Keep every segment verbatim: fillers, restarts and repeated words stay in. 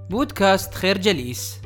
بودكاست خير جليس.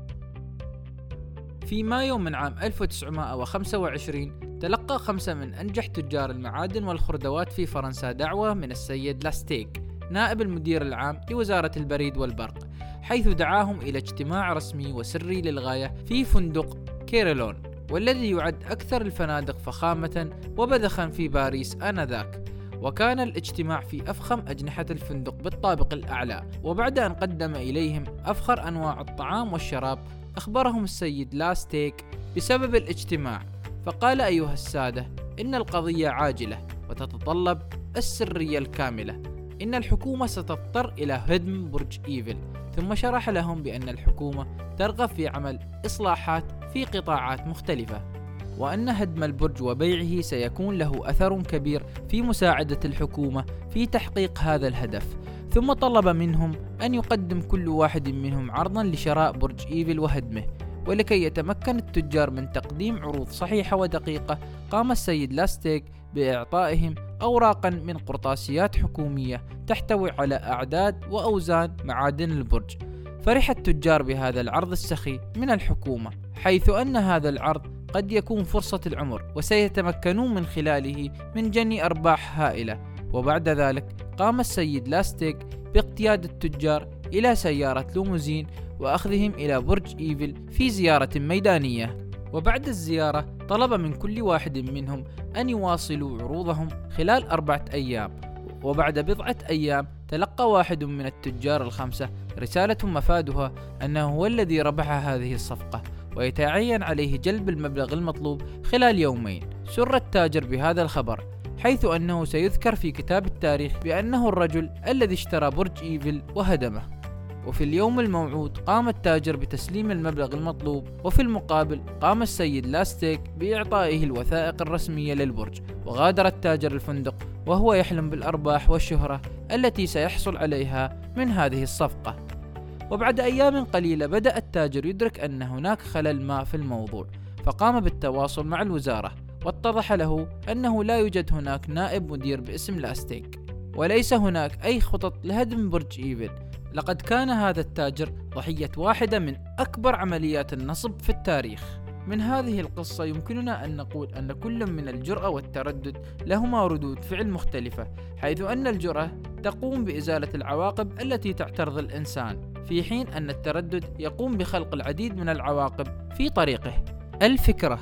في مايو من عام ألف وتسعمائة وخمسة وعشرين تلقى خمسة من أنجح تجار المعادن والخردوات في فرنسا دعوة من السيد لاستيك نائب المدير العام لوزارة البريد والبرق، حيث دعاهم إلى اجتماع رسمي وسري للغاية في فندق كيرلون، والذي يعد أكثر الفنادق فخامة وبذخا في باريس آنذاك. وكان الاجتماع في أفخم أجنحة الفندق بالطابق الأعلى، وبعد أن قدم إليهم أفخر أنواع الطعام والشراب أخبرهم السيد لاستيك بسبب الاجتماع، فقال: أيها السادة، إن القضية عاجلة وتتطلب السرية الكاملة. إن الحكومة ستضطر إلى هدم برج إيفل. ثم شرح لهم بأن الحكومة ترغب في عمل إصلاحات في قطاعات مختلفة، وأن هدم البرج وبيعه سيكون له أثر كبير في مساعدة الحكومة في تحقيق هذا الهدف. ثم طلب منهم أن يقدم كل واحد منهم عرضا لشراء برج إيفل وهدمه. ولكي يتمكن التجار من تقديم عروض صحيحة ودقيقة، قام السيد لاستيك بإعطائهم أوراقا من قرطاسيات حكومية تحتوي على أعداد وأوزان معادن البرج. فرح التجار بهذا العرض السخي من الحكومة، حيث أن هذا العرض قد يكون فرصة العمر، وسيتمكنون من خلاله من جني أرباح هائلة. وبعد ذلك قام السيد لاستيك باقتياد التجار إلى سيارة لوموزين وأخذهم إلى برج إيفل في زيارة ميدانية. وبعد الزيارة طلب من كل واحد منهم أن يواصلوا عروضهم خلال أربعة أيام. وبعد بضعة أيام تلقى واحد من التجار الخمسة رسالة مفادها أنه هو الذي ربح هذه الصفقة، ويتعين عليه جلب المبلغ المطلوب خلال يومين. سر التاجر بهذا الخبر، حيث أنه سيذكر في كتاب التاريخ بأنه الرجل الذي اشترى برج إيفل وهدمه. وفي اليوم الموعود قام التاجر بتسليم المبلغ المطلوب، وفي المقابل قام السيد لاستيك بإعطائه الوثائق الرسمية للبرج. وغادر التاجر الفندق وهو يحلم بالأرباح والشهرة التي سيحصل عليها من هذه الصفقة. وبعد أيام قليلة بدأ التاجر يدرك أن هناك خلل ما في الموضوع، فقام بالتواصل مع الوزارة، واتضح له أنه لا يوجد هناك نائب مدير باسم لاستيك، وليس هناك أي خطط لهدم برج إيفل. لقد كان هذا التاجر ضحية واحدة من أكبر عمليات النصب في التاريخ. من هذه القصة يمكننا أن نقول أن كل من الجرأة والتردد لهما ردود فعل مختلفة، حيث أن الجرأة تقوم بإزالة العواقب التي تعترض الإنسان، في حين أن التردد يقوم بخلق العديد من العواقب في طريقه. الفكرة: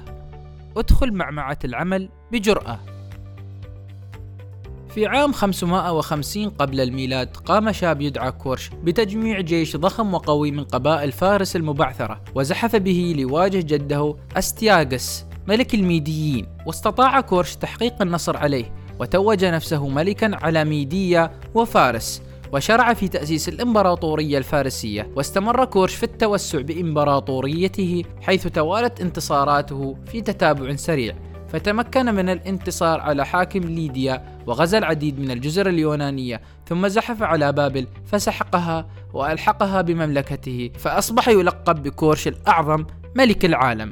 ادخل معمعة العمل بجرأة. في عام خمسمائة وخمسين قبل الميلاد قام شاب يدعى كورش بتجميع جيش ضخم وقوي من قبائل فارس المبعثرة، وزحف به ليواجه جده أستياغس ملك الميديين. واستطاع كورش تحقيق النصر عليه، وتوج نفسه ملكا على ميديا وفارس، وشرع في تأسيس الإمبراطورية الفارسية. واستمر كورش في التوسع بإمبراطوريته، حيث توالت انتصاراته في تتابع سريع، فتمكن من الانتصار على حاكم ليديا، وغزا العديد من الجزر اليونانية، ثم زحف على بابل فسحقها وألحقها بمملكته، فأصبح يلقب بكورش الأعظم ملك العالم.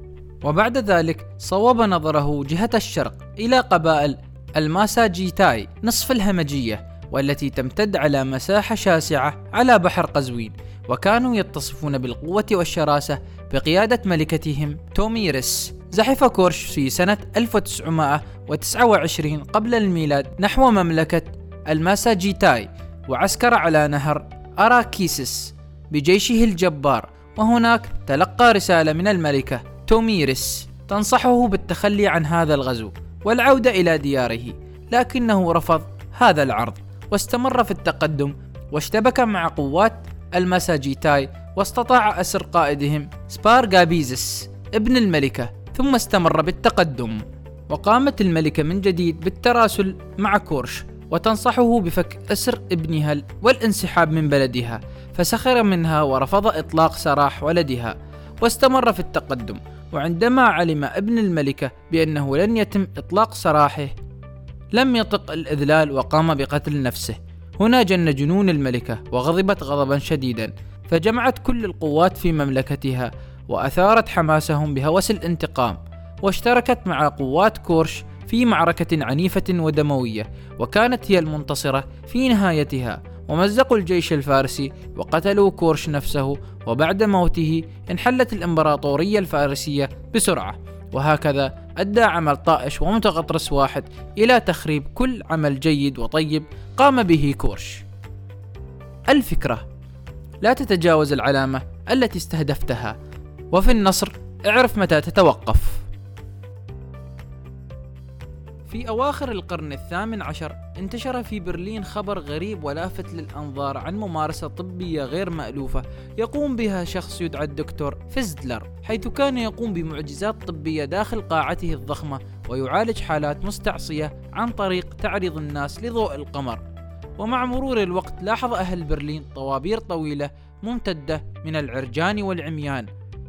وبعد ذلك صوب نظره جهة الشرق إلى قبائل الماساجيتاي نصف الهمجية، والتي تمتد على مساحة شاسعة على بحر قزوين، وكانوا يتصفون بالقوة والشراسة بقيادة ملكتهم توميرس. زحف كورش في سنة ألف وتسعمائة وتسعة وعشرين قبل الميلاد نحو مملكة الماساجيتاي، وعسكر على نهر أراكيسس بجيشه الجبار. وهناك تلقى رسالة من الملكة توميرس تنصحه بالتخلي عن هذا الغزو والعودة إلى دياره، لكنه رفض هذا العرض، واستمر في التقدم، واشتبك مع قوات الماساجيتاي، واستطاع أسر قائدهم سبارغابيزس ابن الملكة، ثم استمر بالتقدم. وقامت الملكة من جديد بالتراسل مع كورش، وتنصحه بفك أسر ابنها والانسحاب من بلدها، فسخر منها ورفض إطلاق سراح ولدها، واستمر في التقدم. وعندما علم ابن الملكة بأنه لن يتم إطلاق سراحه، لم يطق الإذلال وقام بقتل نفسه. هنا جن جنون الملكة، وغضبت غضبا شديدا، فجمعت كل القوات في مملكتها، وأثارت حماسهم بهوس الانتقام، واشتركت مع قوات كورش في معركة عنيفة ودموية، وكانت هي المنتصرة في نهايتها. ومزقوا الجيش الفارسي وقتلوا كورش نفسه، وبعد موته انحلت الإمبراطورية الفارسية بسرعة. وهكذا أدى عمل طائش ومتغطرس واحد إلى تخريب كل عمل جيد وطيب قام به كورش. الفكرة: لا تتجاوز العلامة التي استهدفتها، وفي النصر اعرف متى تتوقف. في أواخر القرن الثامن عشر انتشر في برلين خبر غريب ولافت للأنظار عن ممارسة طبية غير مألوفة يقوم بها شخص يدعى الدكتور فيزدلر، حيث كان يقوم بمعجزات طبية داخل قاعته الضخمة ويعالج حالات مستعصية عن طريق تعريض الناس لضوء القمر. ومع مرور الوقت لاحظ أهل برلين طوابير طويلة ممتدة من العرجان والعميان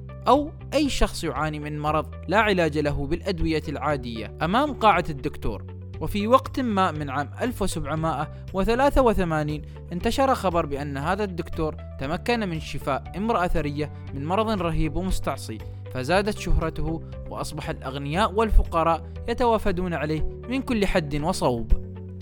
أو أي شخص يعاني من مرض لا علاج له بالأدوية العادية أمام قاعة الدكتور. وفي وقت ما من عام ألف وسبعمائة وثلاثة وثمانين انتشر خبر بأن هذا الدكتور تمكن من شفاء امرأة ثرية من مرض رهيب ومستعصي، فزادت شهرته وأصبح الأغنياء والفقراء يتوافدون عليه من كل حد وصوب.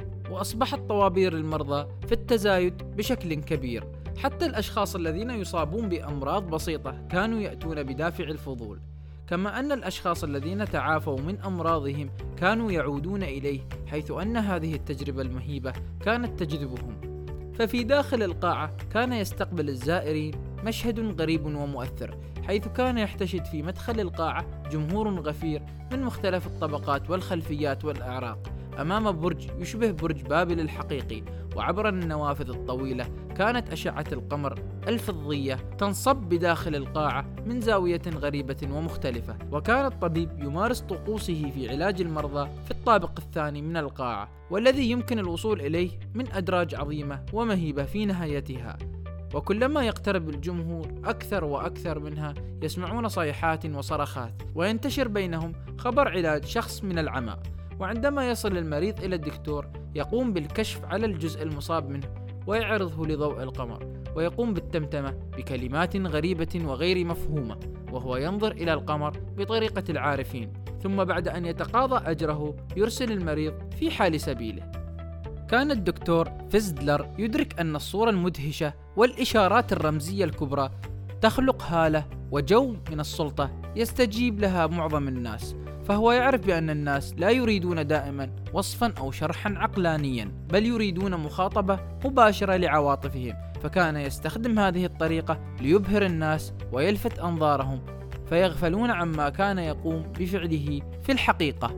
وأصبحت طوابير المرضى في التزايد بشكل كبير، حتى الأشخاص الذين يصابون بأمراض بسيطة كانوا يأتون بدافع الفضول، كما أن الأشخاص الذين تعافوا من أمراضهم كانوا يعودون إليه، حيث أن هذه التجربة المهيبة كانت تجذبهم. ففي داخل القاعة كان يستقبل الزائرين مشهد غريب ومؤثر، حيث كان يحتشد في مدخل القاعة جمهور غفير من مختلف الطبقات والخلفيات والأعراق أمام برج يشبه برج بابل الحقيقي، وعبر النوافذ الطويلة كانت أشعة القمر الفضية تنصب بداخل القاعة من زاوية غريبة ومختلفة. وكان الطبيب يمارس طقوسه في علاج المرضى في الطابق الثاني من القاعة، والذي يمكن الوصول إليه من أدراج عظيمة ومهيبة في نهايتها. وكلما يقترب الجمهور أكثر وأكثر منها يسمعون صيحات وصرخات، وينتشر بينهم خبر علاج شخص من العمى. وعندما يصل المريض إلى الدكتور يقوم بالكشف على الجزء المصاب منه ويعرضه لضوء القمر، ويقوم بالتمتمة بكلمات غريبة وغير مفهومة، وهو ينظر إلى القمر بطريقة العارفين، ثم بعد أن يتقاضى أجره يرسل المريض في حال سبيله. كان الدكتور فيزدلر يدرك أن الصورة المدهشة والإشارات الرمزية الكبرى تخلق هالة وجو من السلطة يستجيب لها معظم الناس، فهو يعرف بأن الناس لا يريدون دائما وصفا أو شرحا عقلانيا، بل يريدون مخاطبة مباشرة لعواطفهم، فكان يستخدم هذه الطريقة ليبهر الناس ويلفت أنظارهم فيغفلون عما كان يقوم بفعله في الحقيقة.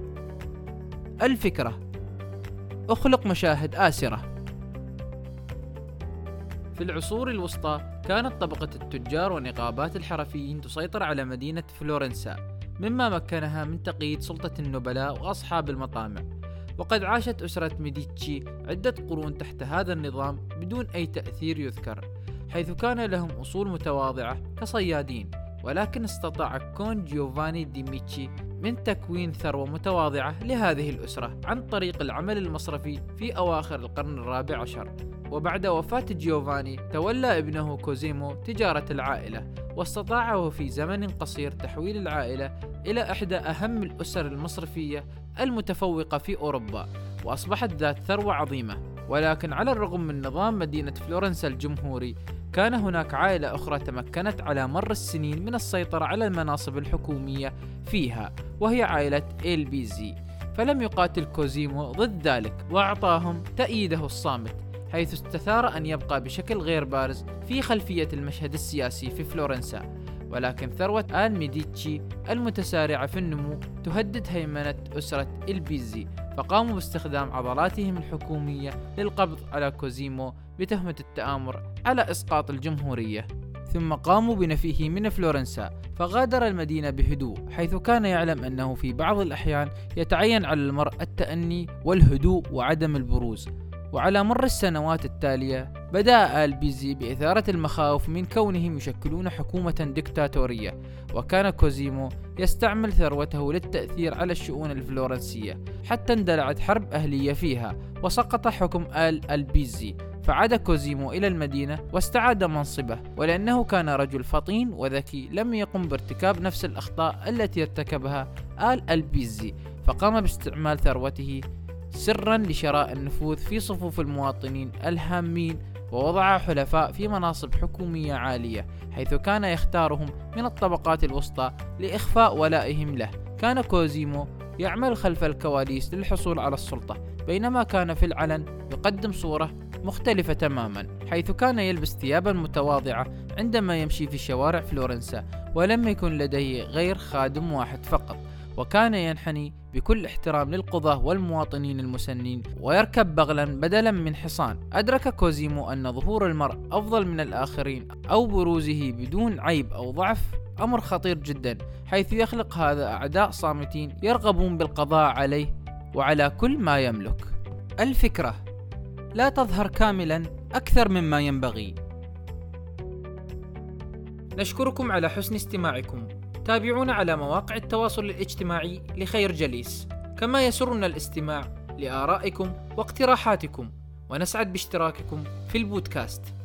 الفكرة: اخلق مشاهد آسرة. في العصور الوسطى كانت طبقة التجار ونقابات الحرفيين تسيطر على مدينة فلورنسا، مما مكنها من تقييد سلطة النبلاء وأصحاب المطامع. وقد عاشت أسرة ميديتشي عدة قرون تحت هذا النظام بدون أي تأثير يذكر، حيث كان لهم أصول متواضعة كصيادين، ولكن استطاع كون جيوفاني دي ميتشي من تكوين ثروة متواضعة لهذه الأسرة عن طريق العمل المصرفي في أواخر القرن الرابع عشر. وبعد وفاة جيوفاني تولى ابنه كوزيمو تجارة العائلة، واستطاع في زمن قصير تحويل العائلة إلى إحدى أهم الأسر المصرفية المتفوقة في أوروبا، وأصبحت ذات ثروة عظيمة. ولكن على الرغم من نظام مدينة فلورنسا الجمهوري، كان هناك عائلة أخرى تمكنت على مر السنين من السيطرة على المناصب الحكومية فيها، وهي عائلة إلبيزي. فلم يقاتل كوزيمو ضد ذلك، وأعطاهم تأييده الصامت، حيث استثار أن يبقى بشكل غير بارز في خلفية المشهد السياسي في فلورنسا. ولكن ثروة آل ميديتشي المتسارعة في النمو تهدد هيمنة أسرة إلبيزي، فقاموا باستخدام عضلاتهم الحكومية للقبض على كوزيمو بتهمة التآمر على إسقاط الجمهورية، ثم قاموا بنفيه من فلورنسا، فغادر المدينة بهدوء، حيث كان يعلم أنه في بعض الأحيان يتعين على المرء التأني والهدوء وعدم البروز. وعلى مر السنوات التالية بدأ إلبيزي بإثارة المخاوف من كونهم يشكلون حكومة ديكتاتورية، وكان كوزيمو يستعمل ثروته للتأثير على الشؤون الفلورنسية، حتى اندلعت حرب أهلية فيها وسقط حكم آل إلبيزي، فعاد كوزيمو إلى المدينة واستعاد منصبه. ولأنه كان رجل فطين وذكي لم يقم بارتكاب نفس الأخطاء التي ارتكبها آل إلبيزي، فقام باستعمال ثروته سرا لشراء النفوذ في صفوف المواطنين الهامين ووضع حلفاء في مناصب حكومية عالية، حيث كان يختارهم من الطبقات الوسطى لإخفاء ولائهم له. كان كوزيمو يعمل خلف الكواليس للحصول على السلطة، بينما كان في العلن يقدم صورة مختلفة تماما، حيث كان يلبس ثيابا متواضعة عندما يمشي في شوارع فلورنسا، ولم يكن لديه غير خادم واحد فقط، وكان ينحني بكل احترام للقضاة والمواطنين المسنين ويركب بغلا بدلا من حصان. أدرك كوزيمو أن ظهور المرء أفضل من الآخرين أو بروزه بدون عيب أو ضعف أمر خطير جدا، حيث يخلق هذا أعداء صامتين يرغبون بالقضاء عليه وعلى كل ما يملك. الفكرة لا تظهر كاملا أكثر مما ينبغي. نشكركم على حسن استماعكم. تابعونا على مواقع التواصل الاجتماعي لخير جليس، كما يسرنا الاستماع لآرائكم واقتراحاتكم، ونسعد باشتراككم في البودكاست.